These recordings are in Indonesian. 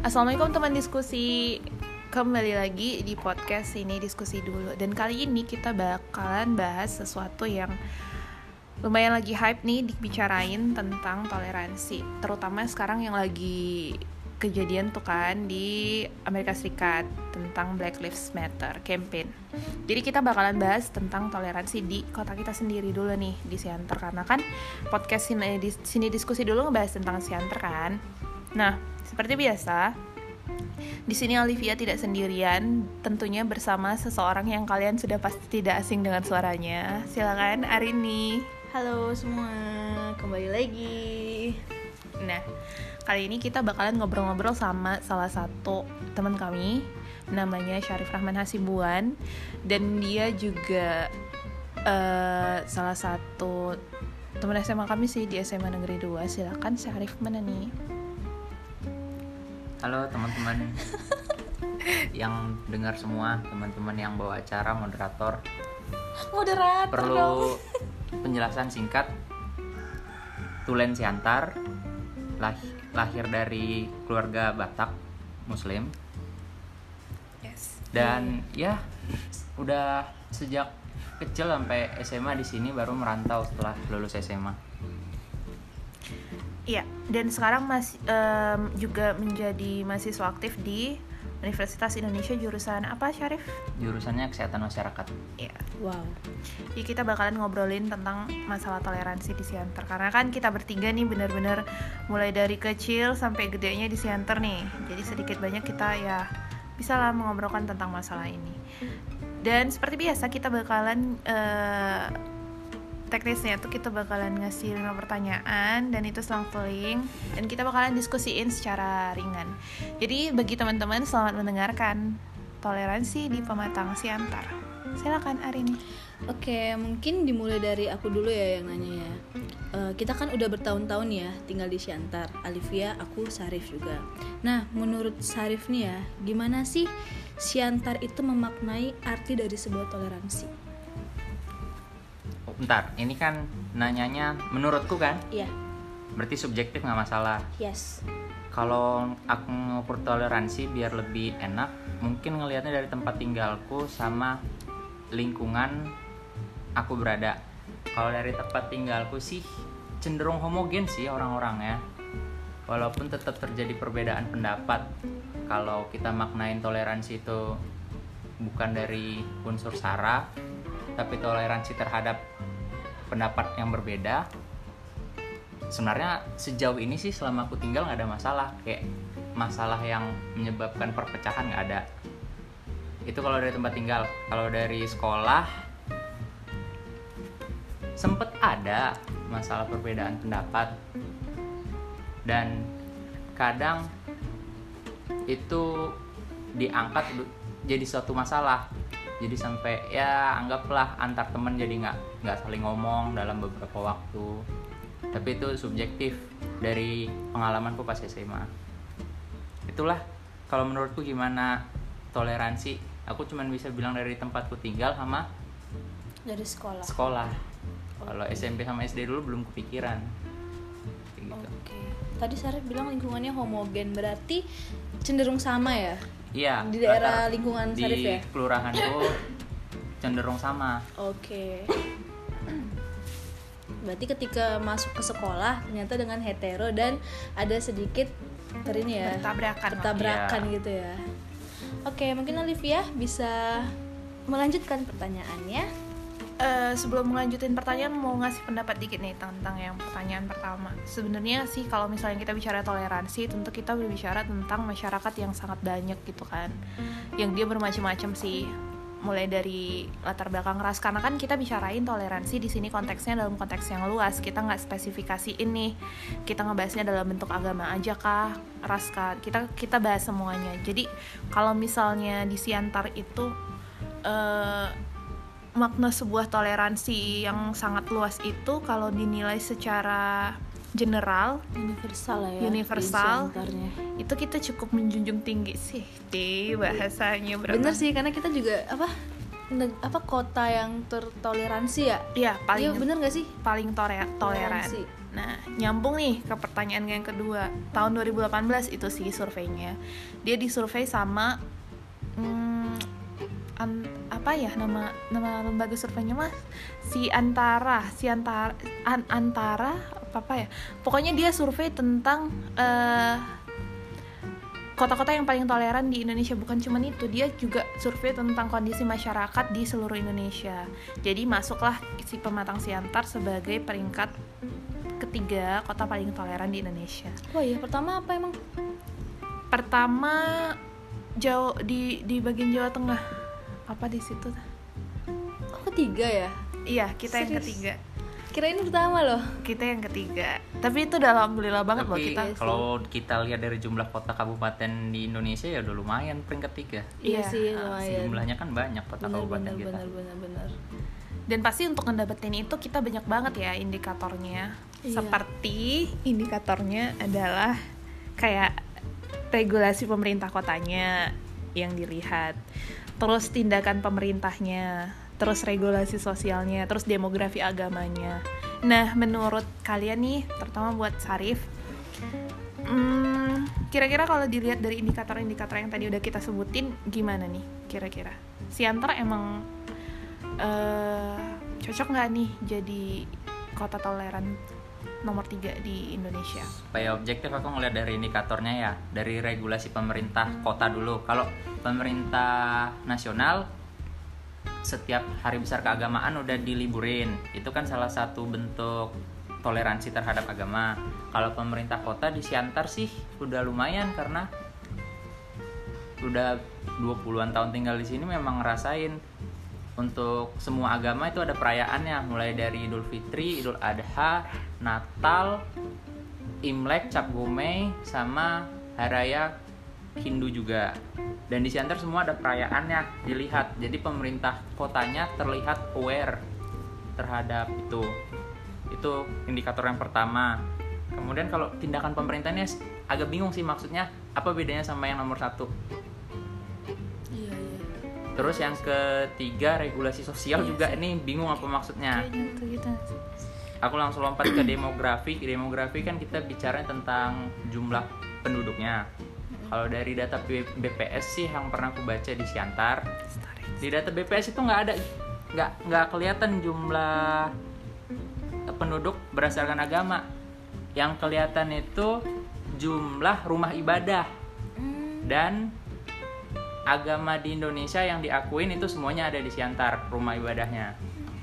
Assalamualaikum teman diskusi. Kembali lagi di podcast ini Diskusi Dulu. Dan kali ini kita bakalan bahas sesuatu yang lumayan lagi hype nih dibicarain tentang toleransi. Terutama sekarang yang lagi kejadian tuh kan di Amerika Serikat tentang Black Lives Matter campaign. Jadi kita bakalan bahas tentang toleransi di kota kita sendiri dulu nih di Siantar, karena kan podcast sini diskusi dulu ngebahas tentang Siantar kan. Nah, seperti biasa, di sini Olivia tidak sendirian, tentunya bersama seseorang yang kalian sudah pasti tidak asing dengan suaranya. Silakan Arini. Halo semua, kembali lagi. Nah, kali ini kita bakalan ngobrol-ngobrol sama salah satu teman kami, namanya Syarif Rahman Hasibuan, dan dia juga salah satu teman SMA kami sih di SMA Negeri 2. Silakan Syarif, mana nih? Halo teman-teman yang dengar semua, teman-teman yang bawa acara, moderator. Perlu dong. penjelasan singkat. Tulen Siantar, lahir dari keluarga Batak Muslim. Yes. Dan ya udah sejak kecil sampai SMA di sini, baru merantau setelah lulus SMA. Iya, dan sekarang masih juga menjadi mahasiswa aktif di Universitas Indonesia, jurusan apa, Syarif? Jurusannya Kesehatan Masyarakat. Iya. Wow. Jadi kita bakalan ngobrolin tentang masalah toleransi di Siantar, karena kan kita bertiga nih benar-benar mulai dari kecil sampai gedenya di Siantar nih. Jadi sedikit banyak kita ya bisa lah mengobrolkan tentang masalah ini. Dan seperti biasa kita bakalan teknisnya tuh kita bakalan ngasih 5 pertanyaan dan itu selang-seling, dan kita bakalan diskusiin secara ringan. Jadi bagi teman-teman, selamat mendengarkan Toleransi di Pematang Siantar. Silakan Arini. Oke, mungkin dimulai dari aku dulu ya yang nanya ya. Kita kan udah bertahun-tahun ya tinggal di Siantar. Alivia, aku, Syarif juga. Nah, menurut Syarif nih ya, gimana sih Siantar itu memaknai arti dari sebuah toleransi? Bentar, ini kan nanyanya menurutku kan? Iya. Berarti subjektif nggak masalah. Yes. Kalau aku ngukur toleransi biar lebih enak, mungkin ngelihatnya dari tempat tinggalku sama lingkungan aku berada. Kalau dari tempat tinggalku sih cenderung homogen sih orang-orangnya, walaupun tetap terjadi perbedaan pendapat. Kalau kita maknain toleransi itu bukan dari unsur sara, tapi toleransi terhadap pendapat yang berbeda, sebenarnya sejauh ini sih selama aku tinggal nggak ada masalah. Kayak masalah yang menyebabkan perpecahan nggak ada. Itu kalau dari tempat tinggal. Kalau dari sekolah sempet ada masalah perbedaan pendapat, dan kadang itu diangkat jadi suatu masalah. Jadi sampai ya anggaplah antar teman jadi nggak saling ngomong dalam beberapa waktu. Tapi itu subjektif dari pengalamanku pas SMA. Itulah kalau menurutku gimana toleransi. Aku cuma bisa bilang dari tempatku tinggal sama Dari sekolah. Kalau SMP sama SD dulu belum kepikiran. Kayak gitu. Oke. Tadi Syarif bilang lingkungannya homogen, berarti cenderung sama ya? Iya. Di daerah lingkungan Syarif ya? Di kelurahanku cenderung sama. Oke. Berarti ketika masuk ke sekolah ternyata dengan hetero dan ada sedikit bertabrakan Iya. gitu ya. Oke, mungkin Olivia bisa melanjutkan pertanyaannya. Sebelum melanjutin pertanyaan, mau ngasih pendapat dikit nih tentang yang pertanyaan pertama. Sebenarnya sih kalau misalnya kita bicara toleransi, tentu kita berbicara tentang masyarakat yang sangat banyak gitu kan, yang dia bermacam-macam sih, mulai dari latar belakang ras, karena kan kita bicarain toleransi di sini konteksnya dalam konteks yang luas. Kita nggak spesifikasiin nih, kita ngebahasnya dalam bentuk agama aja kah, ras kah, kita bahas semuanya. Jadi kalau misalnya di Siantar itu makna sebuah toleransi yang sangat luas itu kalau dinilai secara general, Universal lah ya. universal, Di itu kita cukup menjunjung tinggi sih di bahasanya. Bener sih, karena kita juga kota yang tertoleransi ya? Iya, Iya bener nggak sih? paling toleran. Toleransi. Nah, nyambung nih ke pertanyaan yang kedua. Tahun 2018 itu sih surveinya. Dia disurvei sama apa ya nama lembaga surveinya mas? Antara apa ya? Pokoknya dia survei tentang kota-kota yang paling toleran di Indonesia. Bukan cuma itu, dia juga survei tentang kondisi masyarakat di seluruh Indonesia. Jadi masuklah si Pematang Siantar sebagai peringkat ketiga kota paling toleran di Indonesia. Oh iya, pertama apa emang? Pertama jauh di bagian Jawa Tengah. Apa di situ? Oh, ketiga ya? Iya, kita yang Serius? ketiga. Kirain pertama loh. Kita yang ketiga. Tapi itu udah alhamdulillah banget loh Tapi kita. kalau kita lihat dari jumlah kota kabupaten di Indonesia ya udah lumayan peringkat 3. Iya Iya, sih, lumayan. Jumlahnya kan banyak kota kabupaten kita. Bener. Dan pasti untuk ngedapetin itu kita banyak banget ya indikatornya. Iya. Seperti indikatornya adalah kayak regulasi pemerintah kotanya yang dilihat, terus tindakan pemerintahnya, terus regulasi sosialnya, terus demografi agamanya. Nah, menurut kalian nih, terutama buat Sarif, kira-kira kalau dilihat dari indikator-indikator yang tadi udah kita sebutin, gimana nih kira-kira? Siantar emang cocok nggak nih jadi kota toleran nomor 3 di Indonesia? Supaya objektif aku ngeliat dari indikatornya ya, dari regulasi pemerintah kota dulu. Kalau pemerintah nasional setiap hari besar keagamaan udah diliburin, itu kan salah satu bentuk toleransi terhadap agama. Kalau pemerintah kota di Siantar sih udah lumayan, karena udah 20-an tahun tinggal di sini memang ngerasain untuk semua agama itu ada perayaannya, mulai dari Idul Fitri, Idul Adha, Natal, Imlek, Cap Gomeh, sama Hari Raya Hindu juga. Dan di Siantar semua ada perayaannya dilihat. Jadi pemerintah kotanya terlihat aware terhadap itu. Itu indikator yang pertama. Kemudian kalau tindakan pemerintahnya agak bingung sih, maksudnya apa bedanya sama yang nomor 1. Iya. Terus yang ketiga regulasi sosial juga ini bingung apa maksudnya. Aku langsung lompat ke demografi. Demografi kan kita bicara tentang jumlah penduduknya. Kalau dari data BPS sih yang pernah aku baca di Siantar, di data BPS itu nggak kelihatan jumlah penduduk berdasarkan agama. Yang kelihatan itu jumlah rumah ibadah dan agama di Indonesia yang diakuin itu semuanya ada di Siantar rumah ibadahnya.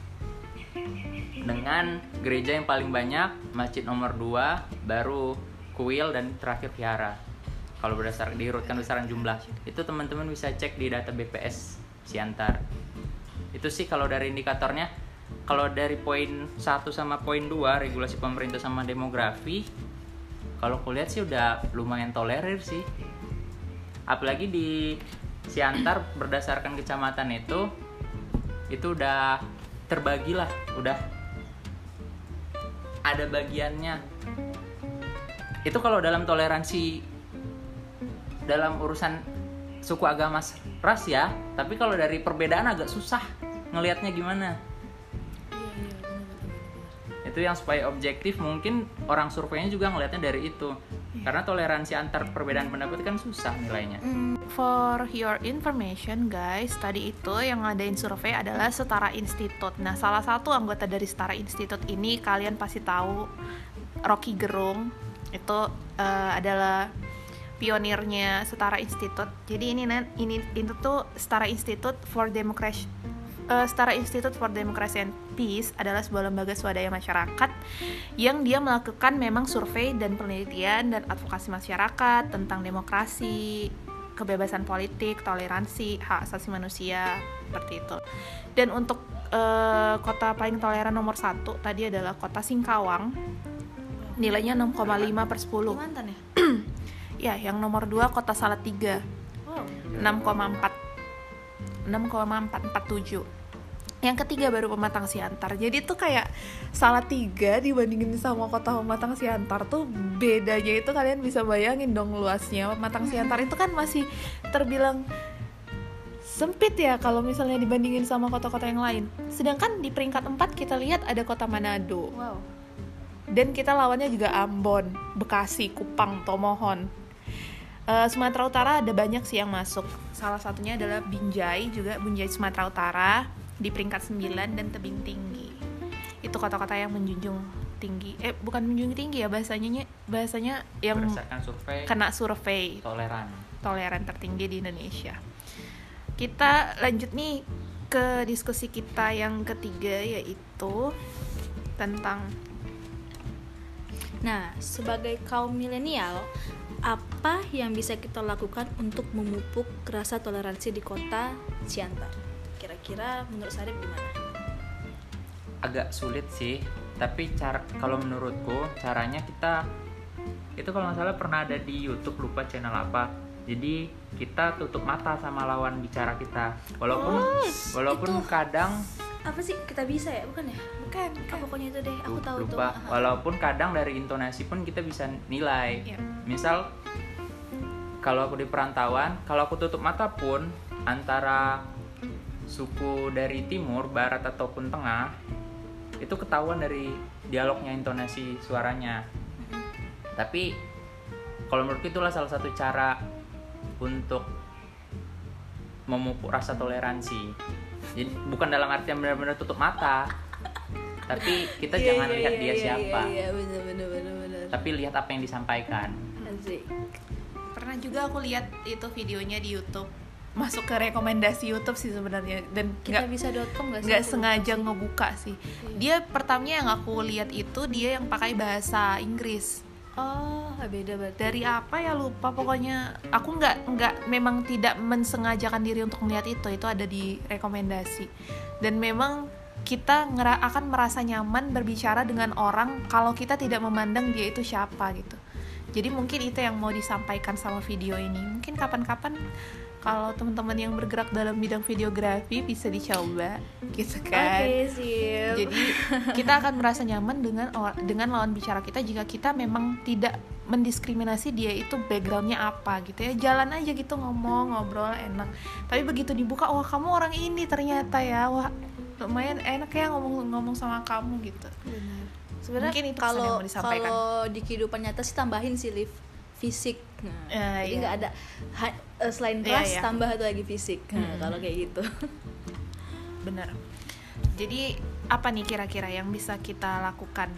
Dengan gereja yang paling banyak, masjid nomor 2, baru kuil, dan terakhir vihara. Kalau diurutkan berdasarkan jumlah, itu teman-teman bisa cek di data BPS Siantar. Itu sih kalau dari indikatornya. Kalau dari poin 1 sama poin 2, regulasi pemerintah sama demografi, kalau kulihat sih udah lumayan tolerir sih. Apalagi di Siantar berdasarkan kecamatan itu udah terbagi lah, udah ada bagiannya. Itu kalau dalam toleransi dalam urusan suku, agama, ras ya. Tapi kalau dari perbedaan agak susah ngelihatnya gimana. Itu yang supaya objektif, mungkin orang surveinya juga ngelihatnya dari itu. Karena toleransi antar perbedaan pendapat kan susah nilainya. For your information guys, tadi itu yang ngadain survei adalah Setara Institute. Nah, salah satu anggota dari Setara Institute ini kalian pasti tahu, Rocky Gerung. Itu adalah pionirnya Setara Institute. Jadi ini tuh Setara Institute for Democracy. Setara Institute for Democracy and Peace adalah sebuah lembaga swadaya masyarakat yang dia melakukan memang survei dan penelitian dan advokasi masyarakat tentang demokrasi, kebebasan politik, toleransi, hak asasi manusia, seperti itu. Dan untuk kota paling toleran nomor 1 tadi adalah kota Singkawang, nilainya 6,5/10. Mantan ya? Ya, yang nomor 2 kota Salatiga, 6,447. Yang ketiga baru Pematang Siantar. Jadi tuh kayak Salatiga dibandingin sama kota Pematang Siantar tuh bedanya itu kalian bisa bayangin dong luasnya. Pematang Siantar itu kan masih terbilang sempit ya kalau misalnya dibandingin sama kota-kota yang lain. Sedangkan di peringkat 4 kita lihat ada kota Manado. Wow. Dan kita lawannya juga Ambon, Bekasi, Kupang, Tomohon. Sumatera Utara ada banyak sih yang masuk. Salah satunya adalah Binjai, juga Binjai Sumatera Utara di peringkat 9 dan Tebing Tinggi. Itu kota-kota yang menjunjung tinggi. Bukan menjunjung tinggi ya bahasanya yang berdasarkan survei kena survei toleran tertinggi di Indonesia. Kita lanjut nih ke diskusi kita yang ketiga, yaitu tentang sebagai kaum milenial, apa yang bisa kita lakukan untuk memupuk rasa toleransi di kota Siantar? Kira-kira menurut Sarif gimana? Agak sulit sih, tapi kalau menurutku caranya kita itu kalau nggak salah pernah ada di YouTube, lupa channel apa. Jadi kita tutup mata sama lawan bicara kita, walaupun kadang apa sih, kita bisa ya, bukan ya? Bukan. Pokoknya itu deh, aku tahu tuh. Lupa. Walaupun kadang dari intonasi pun kita bisa nilai. Misal kalau aku di perantauan, kalau aku tutup mata pun antara suku dari timur, barat ataupun tengah, itu ketahuan dari dialognya, intonasi suaranya. Tapi kalau menurutku itulah salah satu cara untuk memupuk rasa toleransi. Jadi bukan dalam artian benar-benar tutup mata, tapi kita jangan lihat dia siapa. Iya, benar. Tapi lihat apa yang disampaikan. Asik. Pernah juga aku lihat itu videonya di YouTube, masuk ke rekomendasi YouTube sih sebenarnya, dan kitabisa.com nggak sengaja ngebuka sih. Dia pertamanya yang aku lihat itu dia yang pakai bahasa Inggris. Oh, beda berarti. Dari apa ya, lupa, pokoknya aku nggak memang tidak mensengajakan diri untuk melihat itu ada di rekomendasi. Dan memang kita akan merasa nyaman berbicara dengan orang kalau kita tidak memandang dia itu siapa gitu. Jadi mungkin itu yang mau disampaikan sama video ini. Mungkin kapan-kapan kalau teman-teman yang bergerak dalam bidang videografi bisa dicoba gitu kan. Oke, sip. Jadi kita akan merasa nyaman dengan lawan bicara kita jika kita memang tidak mendiskriminasi dia itu backgroundnya apa gitu ya. Jalan aja gitu ngobrol enak. Tapi begitu dibuka, wah kamu orang ini ternyata ya, wah lumayan enak ya ngomong sama kamu gitu. Benar. Sebenarnya mungkin itu pesan yang mau disampaikan. Kalau di kehidupan nyata sih tambahin sih fisik. Jadi nggak ada selain ras tambah satu lagi fisik. Kalau kayak gitu. Benar. Jadi apa nih kira-kira yang bisa kita lakukan?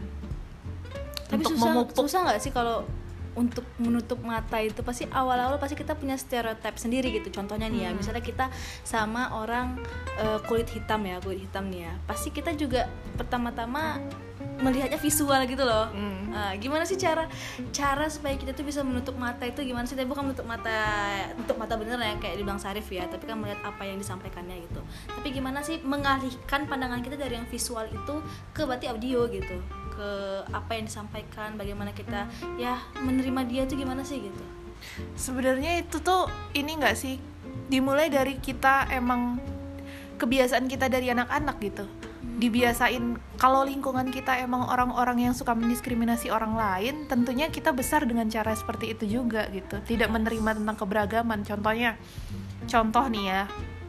Tapi untuk susah nggak sih kalau untuk menutup mata itu? Pasti awal-awal pasti kita punya stereotip sendiri gitu. Contohnya nih ya, misalnya kita sama orang kulit hitam nih ya, pasti kita juga pertama-tama melihatnya visual gitu loh. Nah, gimana sih cara supaya kita tuh bisa menutup mata itu gimana sih? Tapi bukan menutup mata bener ya kayak dibilang Sarif ya, tapi kan melihat apa yang disampaikannya gitu. Tapi gimana sih mengalihkan pandangan kita dari yang visual itu ke berarti audio gitu, ke apa yang disampaikan, bagaimana kita ya menerima dia tuh gimana sih gitu. Sebenarnya itu tuh ini nggak sih, dimulai dari kita emang kebiasaan kita dari anak-anak gitu. Dibiasain kalau lingkungan kita emang orang-orang yang suka mendiskriminasi orang lain, tentunya kita besar dengan cara seperti itu juga gitu, tidak menerima tentang keberagaman. Contoh nih ya,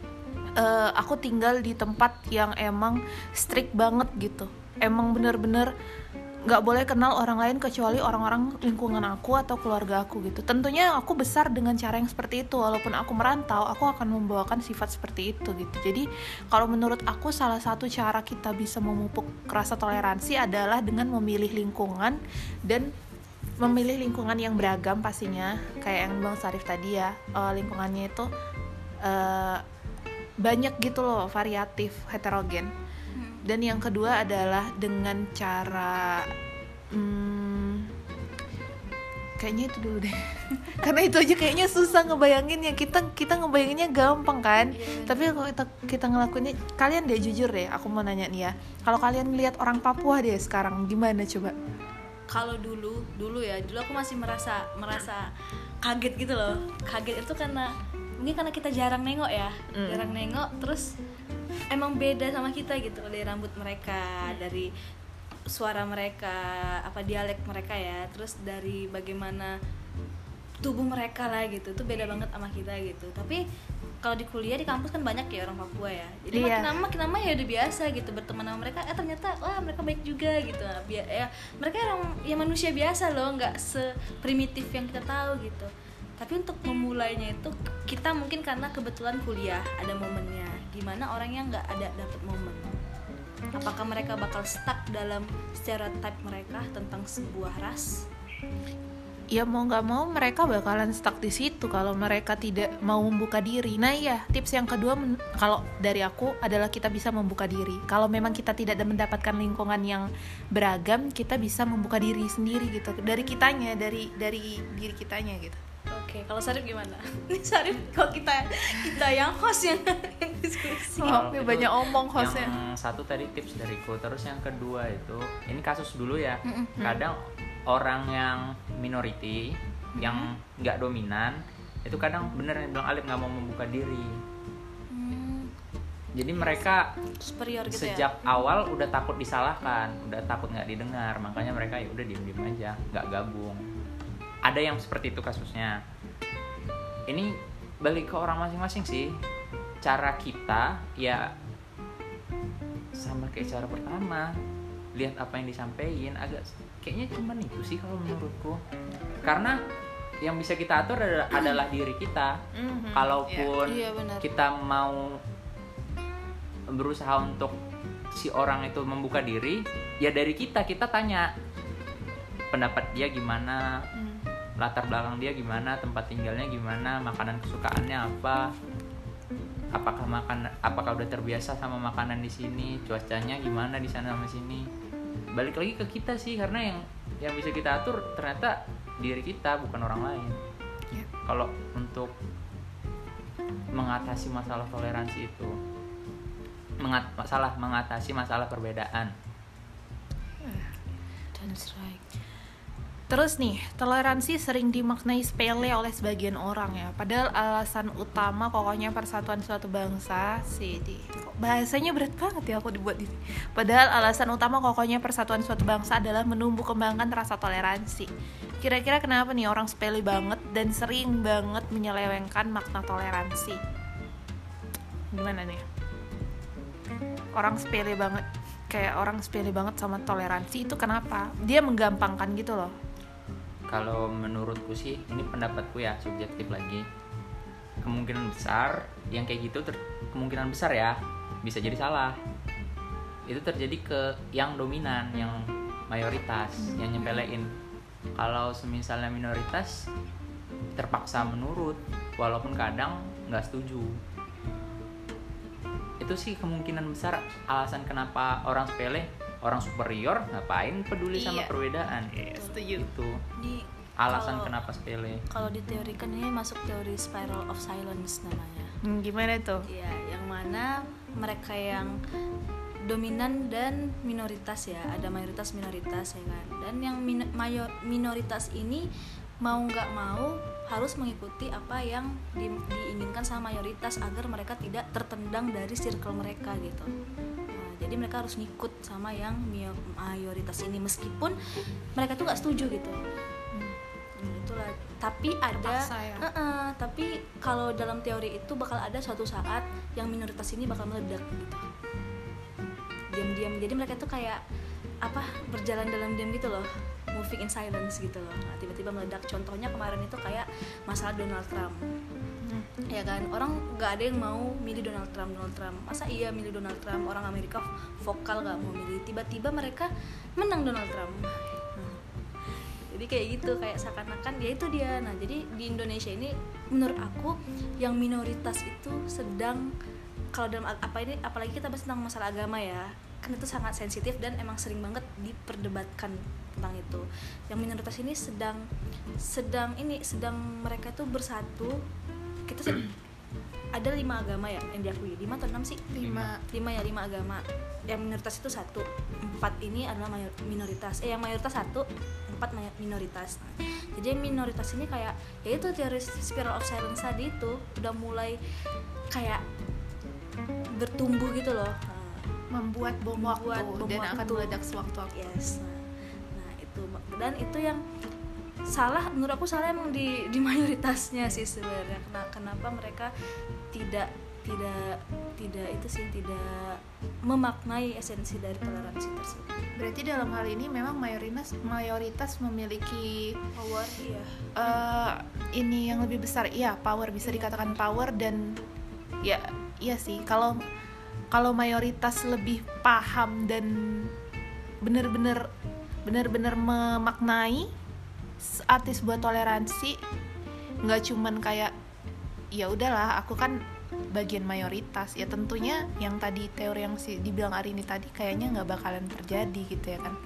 aku tinggal di tempat yang emang strict banget gitu, emang bener-bener nggak boleh kenal orang lain kecuali orang-orang lingkungan aku atau keluarga aku gitu. Tentunya aku besar dengan cara yang seperti itu, walaupun aku merantau, aku akan membawakan sifat seperti itu gitu. Jadi kalau menurut aku salah satu cara kita bisa memupuk rasa toleransi adalah dengan memilih lingkungan, dan memilih lingkungan yang beragam pastinya, kayak yang Bang Sarif tadi ya, lingkungannya itu banyak gitu loh, variatif, heterogen. Dan yang kedua adalah dengan cara kayaknya itu dulu deh karena itu aja kayaknya susah ngebayangin ya. Kita ngebayanginnya gampang kan, tapi kalau kita ngelakuinnya, kalian deh jujur deh, aku mau nanya nih ya, kalau kalian lihat orang Papua deh sekarang gimana coba? Kalau dulu aku masih merasa kaget gitu loh. Kaget itu mungkin karena kita jarang nengok ya, jarang nengok, terus emang beda sama kita gitu, dari rambut mereka, dari suara mereka, dialek mereka ya, terus dari bagaimana tubuh mereka lah gitu, itu beda banget sama kita gitu. Tapi kalau di kuliah di kampus kan banyak ya orang Papua ya, jadi Iya. makin lama ya udah biasa gitu berteman sama mereka, ternyata wah mereka baik juga gitu. Ya mereka orang ya manusia biasa loh, nggak seprimitif yang kita tahu gitu. Tapi untuk memulainya itu kita mungkin karena kebetulan kuliah ada momennya, gimana orangnya nggak ada dapet momen. Apakah mereka bakal stuck dalam stereotip mereka tentang sebuah ras? Ya mau nggak mau mereka bakalan stuck di situ kalau mereka tidak mau membuka diri. Nah iya, tips yang kedua kalau dari aku adalah kita bisa membuka diri. Kalau memang kita tidak mendapatkan lingkungan yang beragam, kita bisa membuka diri sendiri gitu. Dari kitanya, dari diri kitanya gitu. Oke, kalau Sarif gimana? Ini Sarif kok kita yang host yang diskusi. Oh, Kalau banyak itu omong hostnya. Yang satu tadi tips dariku, terus yang kedua itu ini kasus dulu ya. Kadang orang yang minority, yang nggak dominan, itu kadang bener yang bilang Alif nggak mau membuka diri. Jadi mereka Superior gitu ya. sejak awal udah takut disalahkan, udah takut nggak didengar, makanya mereka ya udah diem aja, nggak gabung. Ada yang seperti itu kasusnya. Ini balik ke orang masing-masing sih. Cara kita ya sama kayak cara pertama, lihat apa yang disampaikan, agak kayaknya cuman itu sih kalau menurutku. Karena yang bisa kita atur adalah diri kita. Kalaupun Iya, benar. kita mau berusaha untuk si orang itu membuka diri, ya dari kita tanya pendapat dia gimana, latar belakang dia gimana, tempat tinggalnya gimana, makanan kesukaannya apa, apakah udah terbiasa sama makanan di sini, cuacanya gimana di sana sama sini. Balik lagi ke kita sih, karena yang bisa kita atur ternyata diri kita, bukan orang lain. Kalau untuk mengatasi masalah toleransi itu, mengatasi masalah perbedaan. That's right. Terus nih, toleransi sering dimaknai sepele oleh sebagian orang ya. Padahal alasan utama kokohnya persatuan suatu bangsa bahasanya berat banget ya aku dibuat di sini. Padahal alasan utama kokohnya persatuan suatu bangsa adalah menumbuh kembangkan rasa toleransi. Kira-kira kenapa nih orang sepele banget dan sering banget menyelewengkan makna toleransi? Gimana nih? Orang sepele banget sama toleransi itu kenapa? Dia menggampangkan gitu loh. Kalau menurutku sih, ini pendapatku ya, subjektif lagi. Kemungkinan besar yang kayak gitu kemungkinan besar ya bisa jadi salah. Itu terjadi ke yang dominan, yang mayoritas, yang nyepelein. Kalau semisalnya minoritas terpaksa menurut, walaupun kadang nggak setuju. Itu sih kemungkinan besar alasan kenapa orang sepele, orang superior ngapain peduli sama perbedaan. Setuju. Itu Ini alasan kalau- kenapa sepele. Kalau diteorikan ini masuk teori spiral of silence namanya. Gimana tuh? Ya, yang mana mereka yang dominan dan minoritas ya, ada mayoritas minoritas ya kan. Dan yang minoritas ini mau nggak mau harus mengikuti apa yang diinginkan sama mayoritas agar mereka tidak tertendang dari circle mereka gitu. Nah, jadi mereka harus ngikut sama yang mayoritas ini meskipun mereka tuh nggak setuju gitu. Itulah. Tapi Terpaksa ya. tapi kalau dalam teori itu bakal ada suatu saat yang minoritas ini bakal meledak gitu. Diam-diam. Jadi mereka tuh kayak berjalan dalam diam gitu loh, moving in silence gitu loh. Nah, tiba-tiba meledak. Contohnya kemarin itu kayak masalah Donald Trump. Ya kan, orang nggak ada yang mau milih Donald Trump. Masa iya milih Donald Trump? Orang Amerika vokal nggak mau milih. Tiba-tiba mereka menang Donald Trump. Jadi kayak gitu, kayak seakan-akan dia itu dia. Nah, jadi di Indonesia ini menurut aku yang minoritas itu sedang, kalau dalam apalagi kita bahas tentang masalah agama ya, kan itu sangat sensitif dan emang sering banget diperdebatkan tentang itu. Yang minoritas ini sedang mereka tuh bersatu. Kita ada 5 agama ya yang diakui, 5 atau 6 sih? 5 agama. Yang minoritas itu 1, 4 ini adalah minoritas. Yang mayoritas 1, 4 minoritas. Nah, jadi minoritas ini kayak, ya itu teori spiral of silence tadi itu udah mulai kayak bertumbuh gitu loh. Membuat bom waktu dan akan meledak sewaktu-waktu. Yes. Nah, itu dan itu yang menurut aku salah emang di mayoritasnya sih sebenarnya. Kenapa mereka tidak memaknai esensi dari toleransi tersebut. Berarti dalam hal ini memang mayoritas memiliki Power, iya. Ini yang lebih besar, iya, power, bisa dikatakan power. Dan ya iya sih, kalau mayoritas lebih paham dan benar-benar memaknai arti sebuah toleransi, nggak cuman kayak ya udahlah aku kan bagian mayoritas, ya tentunya yang tadi teori yang dibilang Arini tadi kayaknya nggak bakalan terjadi gitu ya kan.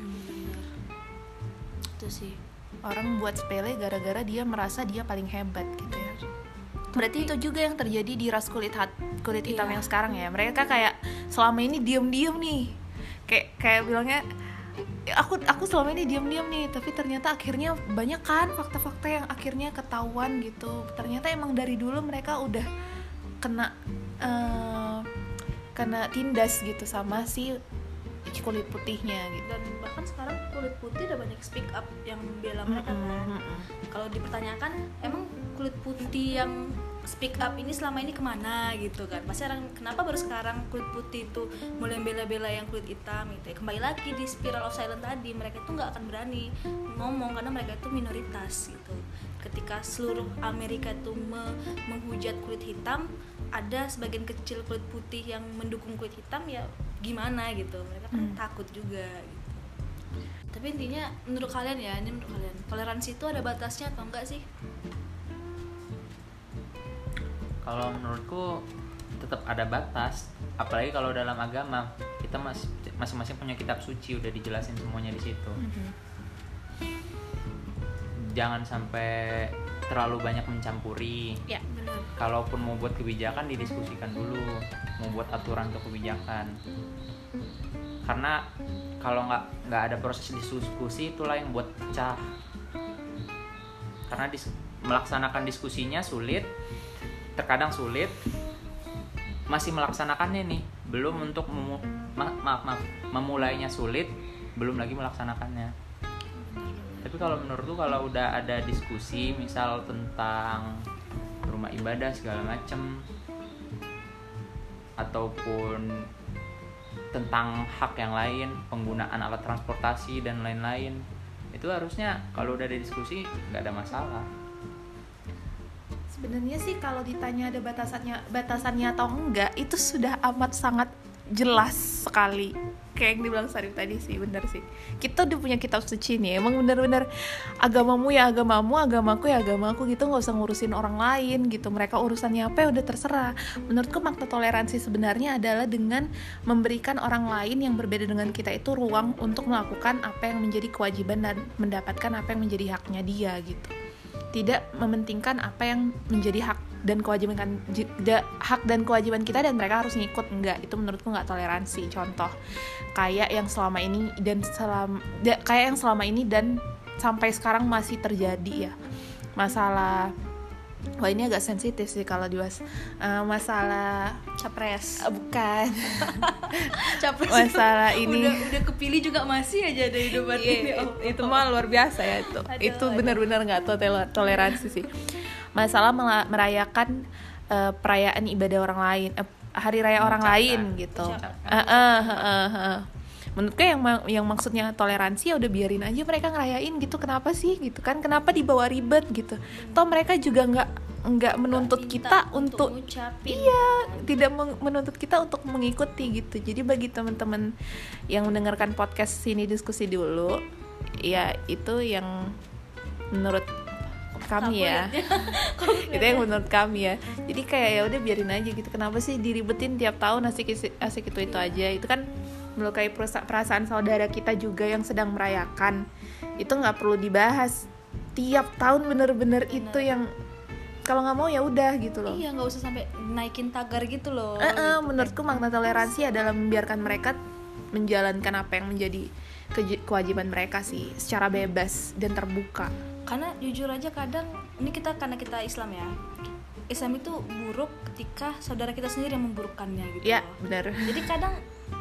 Itu sih, orang buat sepele gara-gara dia merasa dia paling hebat gitu ya. Berarti itu juga yang terjadi di ras kulit hitam yang sekarang ya. Mereka kayak selama ini diem-diem nih, kayak bilangnya aku selama ini diem-diem nih, tapi ternyata akhirnya banyak kan fakta-fakta yang akhirnya ketahuan gitu. Ternyata emang dari dulu mereka udah kena tindas gitu sama si kulit putihnya gitu. dan bahkan sekarang kulit putih udah banyak speak up yang bela mereka kan. Kalau dipertanyakan emang kulit putih yang speak up ini selama ini kemana gitu kan, pasti orang kenapa baru sekarang kulit putih itu mulai bela-bela yang kulit hitam gitu ya. Kembali lagi di spiral of silence tadi, mereka itu nggak akan berani ngomong karena mereka itu minoritas gitu. Ketika seluruh Amerika itu menghujat kulit hitam, ada sebagian kecil kulit putih yang mendukung kulit hitam, ya gimana gitu, mereka kan takut juga gitu. Tapi intinya menurut kalian, toleransi itu ada batasnya atau enggak sih? Kalau menurutku tetap ada batas, apalagi kalau dalam agama kita masing-masing punya kitab suci, udah dijelasin semuanya di situ. Jangan sampai terlalu banyak mencampuri. Ya, benar. Kalaupun mau buat kebijakan didiskusikan dulu, mau buat aturan untuk kebijakan. Karena kalau nggak ada proses diskusi, itulah yang buat pecah. Karena melaksanakan diskusinya sulit, terkadang sulit, masih melaksanakannya nih, belum untuk memulainya sulit, belum lagi melaksanakannya. Tapi kalau menurutku kalau udah ada diskusi misal tentang rumah ibadah segala macem, ataupun tentang hak yang lain, penggunaan alat transportasi dan lain-lain, itu harusnya kalau udah ada diskusi nggak ada masalah. Sebenarnya sih kalau ditanya ada batasannya atau enggak, itu sudah amat sangat jelas sekali. Kayak yang dibilang Sarif tadi sih, benar sih. Kita udah punya kitab suci nih, emang benar-benar agamamu ya agamamu, agamaku ya agamaku gitu, nggak usah ngurusin orang lain gitu. Mereka urusannya apa ya udah terserah. Menurutku makna toleransi sebenarnya adalah dengan memberikan orang lain yang berbeda dengan kita itu ruang untuk melakukan apa yang menjadi kewajiban dan mendapatkan apa yang menjadi haknya dia gitu. Tidak mementingkan apa yang menjadi hak dan kewajiban kita dan mereka harus ngikut, enggak. Itu menurutku enggak toleransi. Contoh kayak yang selama ini dan sampai sekarang masih terjadi ya, masalah. Wah, ini agak sensitif sih kalau dibahas. Masalah Capres. Bukan. Capres. Masalah ini udah kepilih juga masih aja ada di debat ini. Itu mah luar biasa ya itu. Itu benar-benar enggak toleransi sih. Masalah merayakan perayaan ibadah orang lain, hari raya orang lain gitu. Menurutku yang maksudnya toleransi ya udah biarin aja mereka ngerayain gitu. Kenapa sih gitu kan? Kenapa dibawa ribet gitu? Toh mereka juga nggak menuntut kita untuk ngucapin. Iya, tidak menuntut kita untuk mengikuti gitu. Jadi bagi teman-teman yang mendengarkan podcast sini diskusi dulu, ya itu yang menurut kami ya. Itu yang menurut kami ya. Jadi kayak ya udah biarin aja gitu. Kenapa sih diribetin tiap tahun asik itu aja? Itu kan melukai perasaan saudara kita juga yang sedang merayakan. Itu nggak perlu dibahas tiap tahun, bener-bener itu yang kalau nggak mau ya udah gitu loh. Iya, nggak usah sampai naikin tagar gitu loh. Menurutku makna toleransi adalah membiarkan mereka menjalankan apa yang menjadi kewajiban mereka sih secara bebas dan terbuka. Karena jujur aja kadang ini karena kita Islam ya, Islam itu buruk ketika saudara kita sendiri yang memburukkannya gitu. Iya, benar. Jadi kadang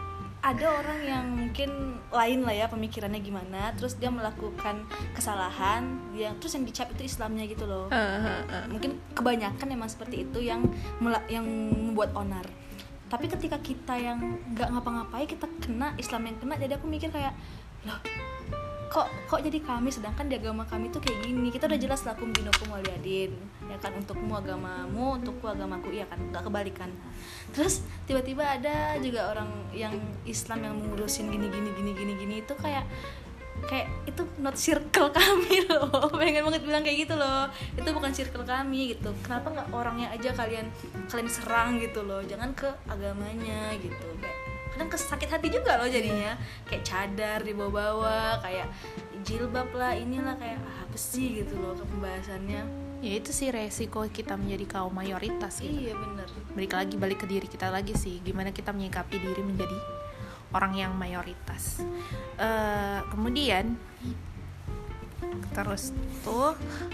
ada orang yang mungkin lain lah ya pemikirannya gimana, terus dia melakukan kesalahan, terus yang dicap itu Islamnya gitu loh. Mungkin kebanyakan emang seperti itu yang membuat onar. Tapi ketika kita yang nggak ngapa-ngapain kita kena, Islam yang kena, jadi aku mikir kayak loh kok jadi kami, sedangkan di agama kami tuh kayak gini. Kita udah jelas lakum dinukum waliyadin, ya kan, untukmu agamamu, untukku agamaku, iya kan, nggak kebalikan. Terus tiba-tiba ada juga orang yang Islam yang mengurusin gini itu kayak itu not circle kami loh. Pengen banget bilang kayak gitu loh, itu bukan circle kami gitu. Kenapa nggak orangnya aja kalian serang gitu loh, jangan ke agamanya gitu. Kayak kadang kesakit hati juga loh jadinya, kayak cadar dibawa-bawa, kayak jilbab lah, inilah, kayak apa sih gitu loh ke pembahasannya. Ya itu sih resiko kita menjadi kaum mayoritas gitu. Iya bener. Balik ke diri kita lagi sih, gimana kita menyikapi diri menjadi orang yang mayoritas. Kemudian terus tuh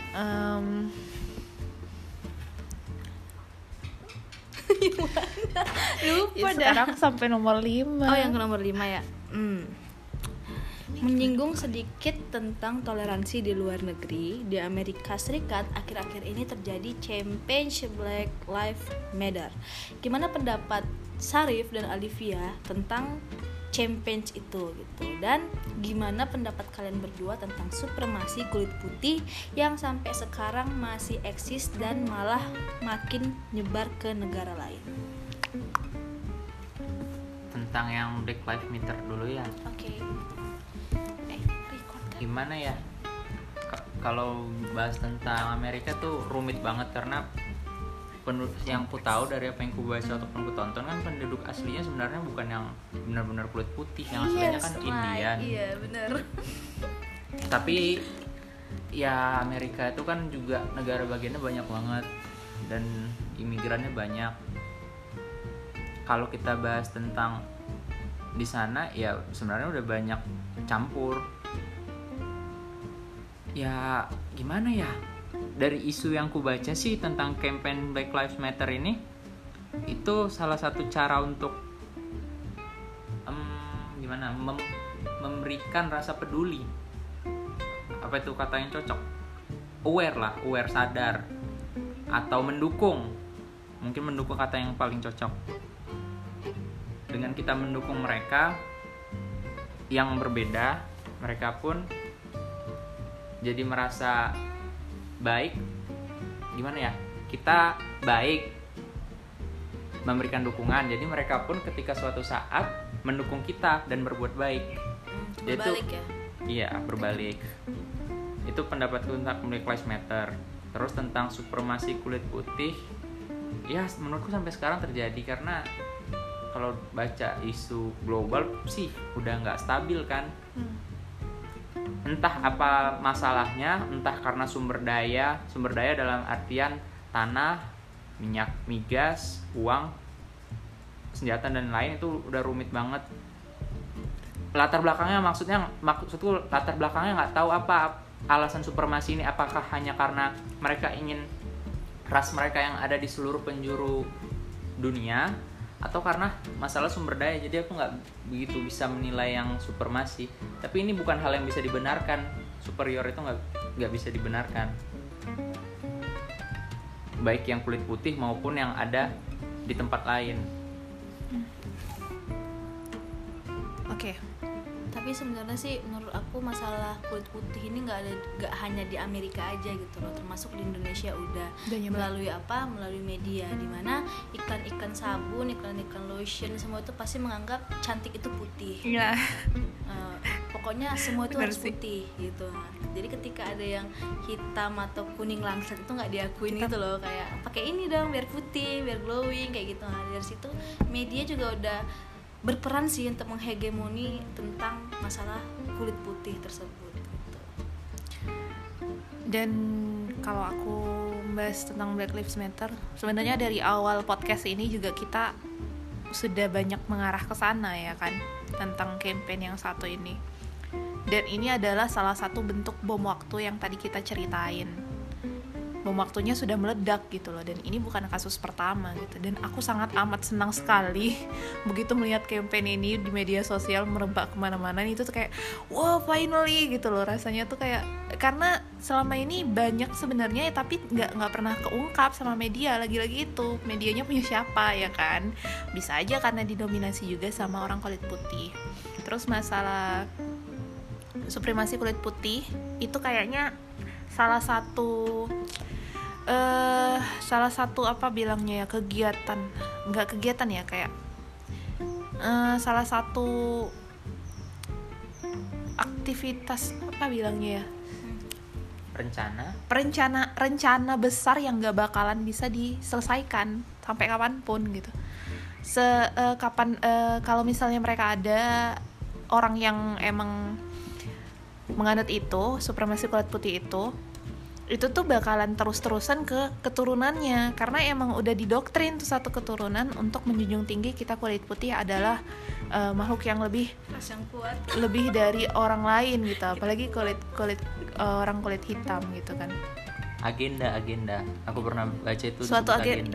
Lupa dah. Sekarang sampai nomor 5. Oh, yang ke nomor 5 ya. Menyinggung sedikit tentang toleransi di luar negeri. Di Amerika Serikat akhir-akhir ini terjadi Championship Black Lives Matter. Gimana pendapat Sarif dan Alivia tentang Champions itu gitu, dan gimana pendapat kalian berdua tentang supremasi kulit putih yang sampai sekarang masih eksis dan malah makin nyebar ke negara lain? Tentang yang Black Lives Matter dulu ya. Oke. Record kan? Gimana ya? Kalau bahas tentang Amerika tuh rumit banget, karena yang ku tahu dari apa yang ku baca ataupun ku tonton kan penduduk aslinya sebenarnya bukan yang benar-benar kulit putih, yang aslinya kan Indian. Iya benar. Tapi ya Amerika itu kan juga negara bagiannya banyak banget dan imigrannya banyak. Kalau kita bahas tentang di sana ya sebenarnya udah banyak campur. Ya gimana ya? Dari isu yang ku baca sih tentang campaign Black Lives Matter ini, itu salah satu cara untuk memberikan rasa peduli. Apa itu kata yang cocok? Aware, sadar, atau mendukung. Mungkin mendukung kata yang paling cocok. Dengan kita mendukung mereka yang berbeda, mereka pun jadi merasa baik. Gimana ya, kita baik memberikan dukungan, jadi mereka pun ketika suatu saat mendukung kita dan berbuat baik. Berbalik ya? Iya, berbalik. Itu pendapatku tentang Black Lives Matter. Terus tentang supremasi kulit putih, ya menurutku sampai sekarang terjadi, karena kalau baca isu global sih udah nggak stabil kan. Entah apa masalahnya, entah karena sumber daya dalam artian tanah, minyak, migas, uang, senjata dan lain, itu udah rumit banget. Latar belakangnya maksudku latar belakangnya nggak tahu apa alasan supremasi ini, apakah hanya karena mereka ingin ras mereka yang ada di seluruh penjuru dunia, atau karena masalah sumber daya. Jadi aku nggak begitu bisa menilai yang supremasi, tapi ini bukan hal yang bisa dibenarkan. Superior itu nggak bisa dibenarkan, baik yang kulit putih maupun yang ada di tempat lain. Oke. Tapi sebenarnya sih menurut aku masalah kulit putih ini nggak hanya di Amerika aja gitu loh, termasuk di Indonesia udah melalui media, dimana iklan sabun, iklan lotion, semua itu pasti menganggap cantik itu putih. Iya. Pokoknya semua itu harus putih gitu. Jadi ketika ada yang hitam atau kuning langsat itu nggak diakuin gitu loh, kayak pakai ini dong biar putih, biar glowing kayak gitu. Nah, dari situ media juga udah berperan sih untuk menghegemoni tentang masalah kulit putih tersebut gitu. Dan kalau aku bahas tentang Black Lives Matter, sebenarnya dari awal podcast ini juga kita sudah banyak mengarah ke sana ya kan, tentang campaign yang satu ini. Dan ini adalah salah satu bentuk bom waktu yang tadi kita ceritain. bom waktunya sudah meledak gitu loh. Dan ini bukan kasus pertama gitu. Dan aku sangat amat senang sekali begitu melihat campaign ini di media sosial merebak kemana-mana. Itu tuh kayak wow, finally gitu loh rasanya tuh kayak, karena selama ini banyak sebenarnya tapi nggak pernah keungkap sama media. Lagi-lagi itu medianya punya siapa ya kan, bisa aja karena didominasi juga sama orang kulit putih. Terus masalah supremasi kulit putih itu kayaknya salah satu apa bilangnya ya, kegiatan ya, kayak salah satu aktivitas apa bilangnya ya, rencana besar yang gak bakalan bisa diselesaikan sampai kapanpun gitu. Kalau misalnya mereka ada orang yang emang menganut itu, supremasi kulit putih itu tuh bakalan terus-terusan ke keturunannya, karena emang udah didoktrin tuh satu keturunan untuk menjunjung tinggi kita kulit putih adalah makhluk yang lebih kuat, lebih dari orang lain gitu, apalagi orang kulit hitam gitu kan. Agenda aku pernah baca itu suatu agenda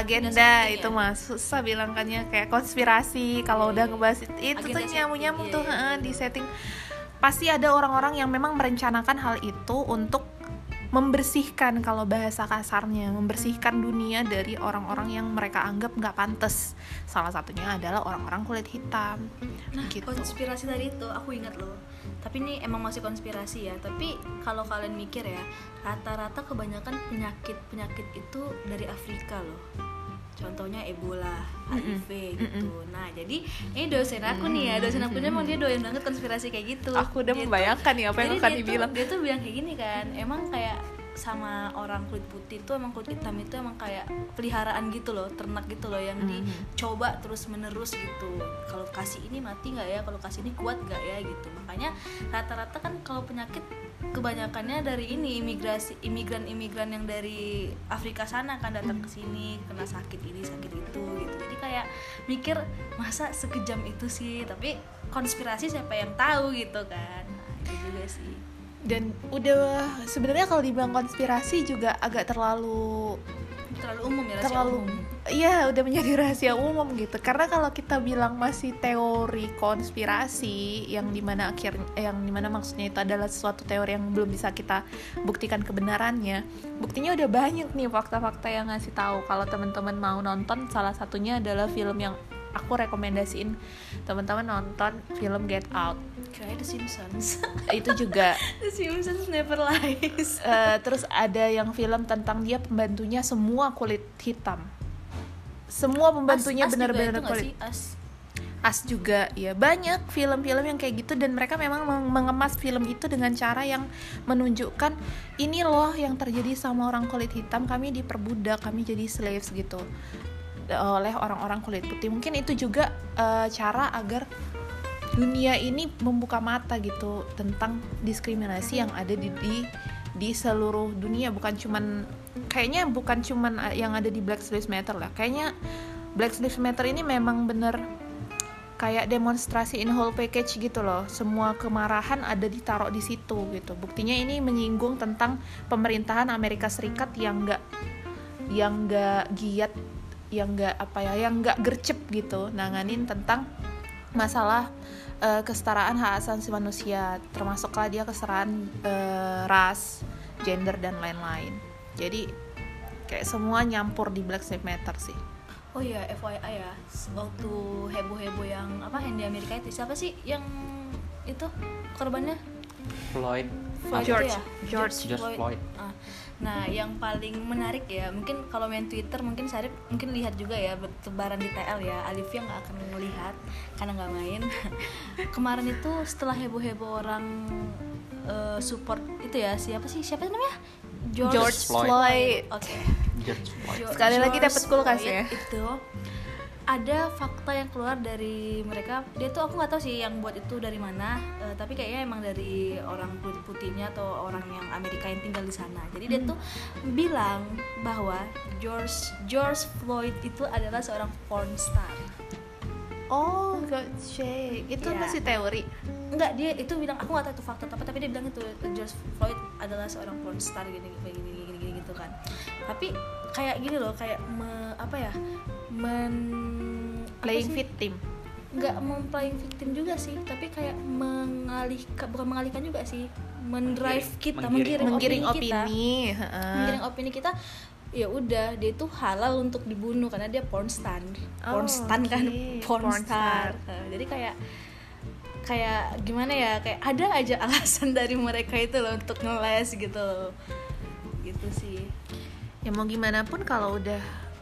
itu mah susah bilangkannya, kayak konspirasi. Kalau udah ngebahas itu tuh nyamuk tuh di setting. Pasti ada orang-orang yang memang merencanakan hal itu untuk membersihkan, kalau bahasa kasarnya, membersihkan dunia dari orang-orang yang mereka anggap nggak pantas. Salah satunya adalah orang-orang kulit hitam. Nah, gitu. Konspirasi tadi itu aku ingat loh. Tapi ini emang masih konspirasi ya. Tapi kalau kalian mikir ya, rata-rata kebanyakan penyakit itu dari Afrika loh. Contohnya Ebola, HIV gitu. Nah, jadi ini dosen aku nih ya, dosen aku emang dia doyan banget konspirasi kayak gitu. Aku udah membayangkan nih apa yang akan dibilang. Dia tuh bilang kayak gini kan, emang kayak sama orang kulit putih itu, emang kulit hitam itu emang kayak peliharaan gitu loh, ternak gitu loh, yang dicoba terus menerus gitu. Kalau kasih ini mati nggak ya, kalau kasih ini kuat nggak ya gitu. Makanya rata-rata kan kalau penyakit kebanyakannya dari ini imigran yang dari Afrika sana kan datang ke sini kena sakit ini sakit itu gitu. Jadi kayak mikir masa sekejam itu sih, tapi konspirasi siapa yang tahu gitu kan. Nah, itu juga sih. Dan udah sebenarnya kalau dibilang konspirasi juga agak terlalu umum ya, rahasia umum. Iya, udah menjadi rahasia umum gitu. Karena kalau kita bilang masih teori konspirasi yang dimana maksudnya itu adalah suatu teori yang belum bisa kita buktikan kebenarannya. Buktinya udah banyak nih fakta-fakta yang ngasih tahu. Kalau teman-teman mau nonton, salah satunya adalah film yang aku rekomendasiin teman-teman nonton, film Get Out. Kayak The Simpsons. Itu juga The Simpsons never lies. Terus ada yang film tentang dia pembantunya semua kulit hitam. Semua pembantunya benar-benar kulit. As juga ya, banyak film-film yang kayak gitu, dan mereka memang mengemas film itu dengan cara yang menunjukkan ini loh yang terjadi sama orang kulit hitam, kami diperbudak, kami jadi slaves gitu oleh orang-orang kulit putih. Mungkin itu juga cara agar dunia ini membuka mata gitu tentang diskriminasi yang ada di seluruh dunia, bukan cuman yang ada di Black Lives Matter lah. Kayaknya Black Lives Matter ini memang bener kayak demonstrasi in whole package gitu loh. Semua kemarahan ada ditaruh di situ gitu. Buktinya ini menyinggung tentang pemerintahan Amerika Serikat yang nggak giat, yang nggak gercep gitu nanganin tentang masalah kesetaraan hak asasi manusia, termasuklah dia kesetaraan ras, gender dan lain-lain. Jadi kayak semua nyampur di Black Lives Matter sih. Oh iya, FYI ya, waktu heboh-heboh yang di Amerika itu, siapa sih yang itu korbannya? George Floyd. Nah, yang paling menarik ya, mungkin kalau main Twitter mungkin Sarip mungkin lihat juga ya, bertebaran di TL ya. Alifia nggak akan melihat karena nggak main. Kemarin itu setelah heboh-heboh orang support itu ya, siapa namanya? George Floyd. Oke. George Floyd. Sekali lagi dapat kulkas ya. Itu ada fakta yang keluar dari mereka. Dia tuh aku nggak tahu sih yang buat itu dari mana, tapi kayaknya emang dari orang kulit putihnya atau orang yang Amerika yang tinggal di sana. Jadi dia tuh bilang bahwa George Floyd itu adalah seorang porn star. Oh, gotcha. Itu masih teori. enggak, dia itu bilang, aku nggak tahu itu fakta apa, tapi dia bilang itu George Floyd adalah seorang porn star gini gitu kan. Tapi kayak gini loh, kayak Playing victim. Nggak memplaying victim juga sih, tapi kayak bukan mengalihkan juga sih, mendrive kita, menggiring opini. Menggiring opini kita. Ya udah, dia itu halal untuk dibunuh karena dia porn star kan, porn star. Jadi kayak gimana ya, kayak ada aja alasan dari mereka itu loh untuk ngeles gitu sih. Ya mau gimana pun kalau udah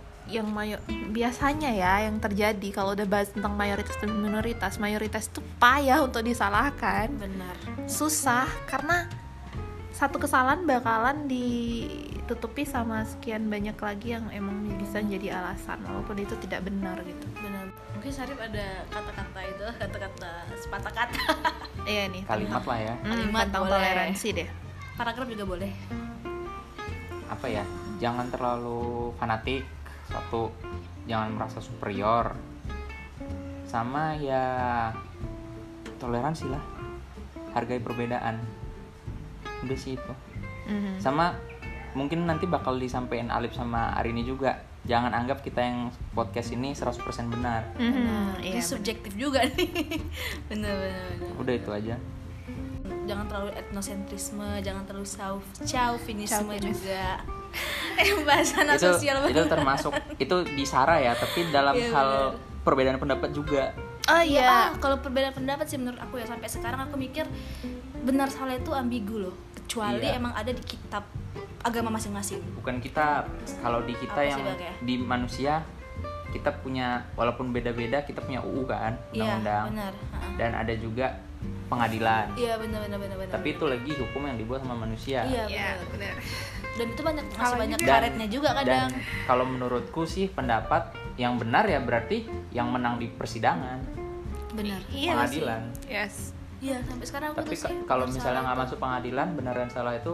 biasanya ya yang terjadi kalau udah bahas tentang mayoritas dan mayoritas itu payah untuk disalahkan. Benar. Susah karena satu kesalahan bakalan ditutupi sama sekian banyak lagi yang emang bisa jadi alasan walaupun itu tidak benar gitu. Benar. Mungkin Sarif ada kata-kata sepatah kata. Iya nih, kalimat lah ya. Kalimat tentang boleh. toleransi deh. Paragraf juga boleh. Apa ya? Jangan terlalu fanatik. Satu, jangan merasa superior. Sama ya toleransi lah. Hargai perbedaan. Udah sih itu. Sama mungkin nanti bakal disampaikan Alif sama Arini juga. Jangan anggap kita yang podcast ini 100% benar. Itu subjektif juga nih. Bener. Udah itu aja. Jangan terlalu etnosentrisme, jangan terlalu chauvinisme juga. Bahasan itu, sosial itu termasuk itu di SARA ya, tapi dalam hal perbedaan pendapat juga. Oh iya. Kalau perbedaan pendapat sih menurut aku ya, sampai sekarang aku mikir benar salah itu ambigu loh. Kecuali emang ada di kitab agama masing-masing. Bukan kita, kalau di kita apa yang sih, di manusia kita punya, walaupun beda-beda kita punya UU kan, undang-undang. Benar. Dan ada juga pengadilan. Iya benar. Tapi itu lagi hukum yang dibuat sama manusia. Iya benar. Dan itu masih banyak Dan- karetnya juga kadang. Dan kalau menurutku sih pendapat yang benar ya berarti yang menang di persidangan, Benar. pengadilan. Yes. Iya, sampai sekarang aku Tapi tuh sih kalau bersalah misalnya nggak tuh. masuk pengadilan, benar dan salah itu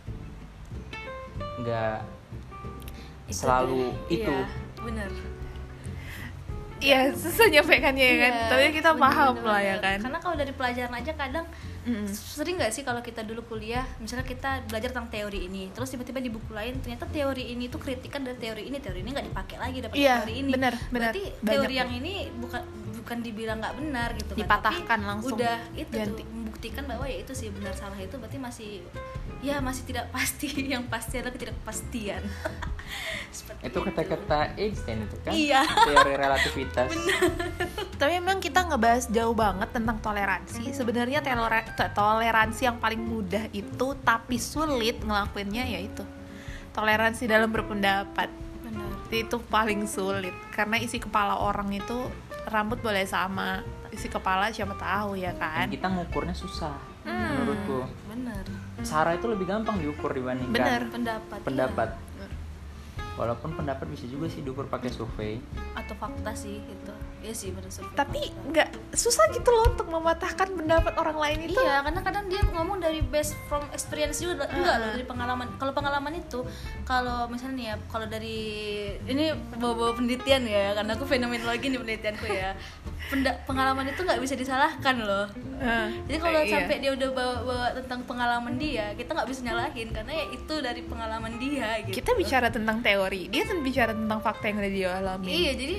nggak selalu itu. Iya, benar. Iya, susah nyampaikannya ya kan. Tapi kita paham lah ya kan. Karena kalau dari pelajaran aja kadang sering nggak sih kalau kita dulu kuliah, misalnya kita belajar tentang teori ini, terus tiba-tiba di buku lain ternyata teori ini tuh kritikan dari teori ini nggak dipakai lagi dapat teori ini. Benar. Berarti Banyak teori tuh. yang ini bukan dibilang nggak benar gitu kan. Dipatahkan Tapi langsung, udah itu ganti. tuh membuktikan bahwa ya itu sih benar salah itu berarti masih tidak pasti. Yang pasti adalah ketidakpastian. Seperti Itu kata-kata Einstein itu kan, Iya. teori relativitas. Tapi memang kita ngebahas jauh banget tentang toleransi. Sebenarnya toleransi yang paling mudah itu tapi sulit ngelakuinnya yaitu toleransi dalam berpendapat. benar. Itu paling sulit karena isi kepala orang itu rambut boleh sama, isi kepala siapa tahu ya kan. Dan kita ngukurnya susah menurutku. Benar. SARA itu lebih gampang diukur dibandingkan Benar. Pendapat. pendapat. Walaupun pendapat bisa juga sih diukur pakai survei. Atau fakta sih itu. Iya sih benar survei. Tapi fakta. nggak susah gitu loh untuk mematahkan pendapat orang lain itu. Iya, karena kadang dia ngomong dari based from experience juga, enggak loh dari pengalaman. Kalau pengalaman itu, kalau misalnya nih ya, kalau dari ini bawa penelitian ya, karena aku fenomenologi nih penelitianku ya. Pengalaman itu nggak bisa disalahkan loh. Jadi kalau sampai dia udah bawa tentang pengalaman dia, kita nggak bisa nyalahin karena ya itu dari pengalaman dia gitu. Kita bicara tentang teori, dia kan bicara tentang fakta yang udah dia alami. Iya, jadi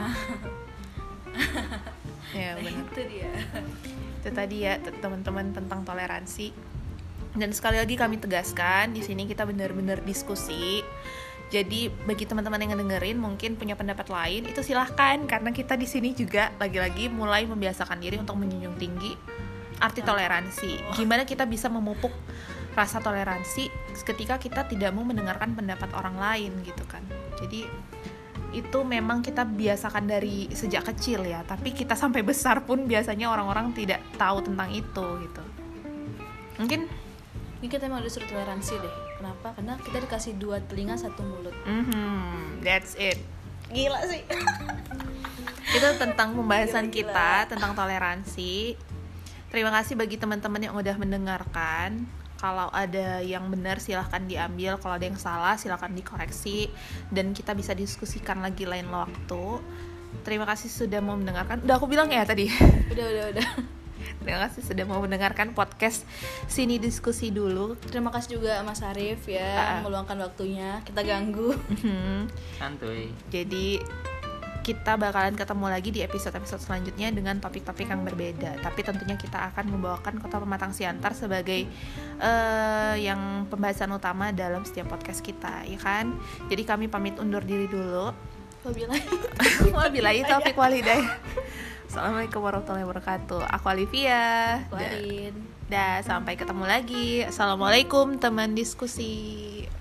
Ya benar. itu dia. Itu tadi ya teman-teman tentang toleransi. Dan sekali lagi kami tegaskan di sini kita benar-benar diskusi. Jadi bagi teman-teman yang ngedengerin mungkin punya pendapat lain itu silahkan, karena kita di sini juga lagi-lagi mulai membiasakan diri untuk menjunjung tinggi arti toleransi. Gimana kita bisa memupuk rasa toleransi ketika kita tidak mau mendengarkan pendapat orang lain gitu kan. Jadi itu memang kita biasakan dari sejak kecil ya, tapi kita sampai besar pun biasanya orang-orang tidak tahu tentang itu gitu. Mungkin Ini kita emang disuruh toleransi deh. Kenapa? Karena kita dikasih 2 telinga 1 mulut. That's it. Gila sih. Itu tentang pembahasan Gila. kita tentang toleransi. Terima kasih bagi teman-teman yang udah mendengarkan. Kalau ada yang benar silahkan diambil, kalau ada yang salah silahkan dikoreksi, dan kita bisa diskusikan lagi lain waktu. Terima kasih sudah mau mendengarkan. Udah aku bilang ya tadi. Udah. Terima kasih sudah mau mendengarkan podcast Sini Diskusi Dulu. Terima kasih juga Mas Arif ya meluangkan waktunya, kita ganggu. Santuy. Jadi kita bakalan ketemu lagi di episode-episode selanjutnya dengan topik-topik yang berbeda. Tapi tentunya kita akan membawakan Kota Pematang Siantar sebagai yang pembahasan utama dalam setiap podcast kita, ya kan? Jadi kami pamit undur diri dulu. Wabillahi taufiq walhidayah. Assalamualaikum warahmatullahi wabarakatuh. Aku Alivia. Warin. Dah, sampai ketemu lagi. Assalamualaikum teman diskusi.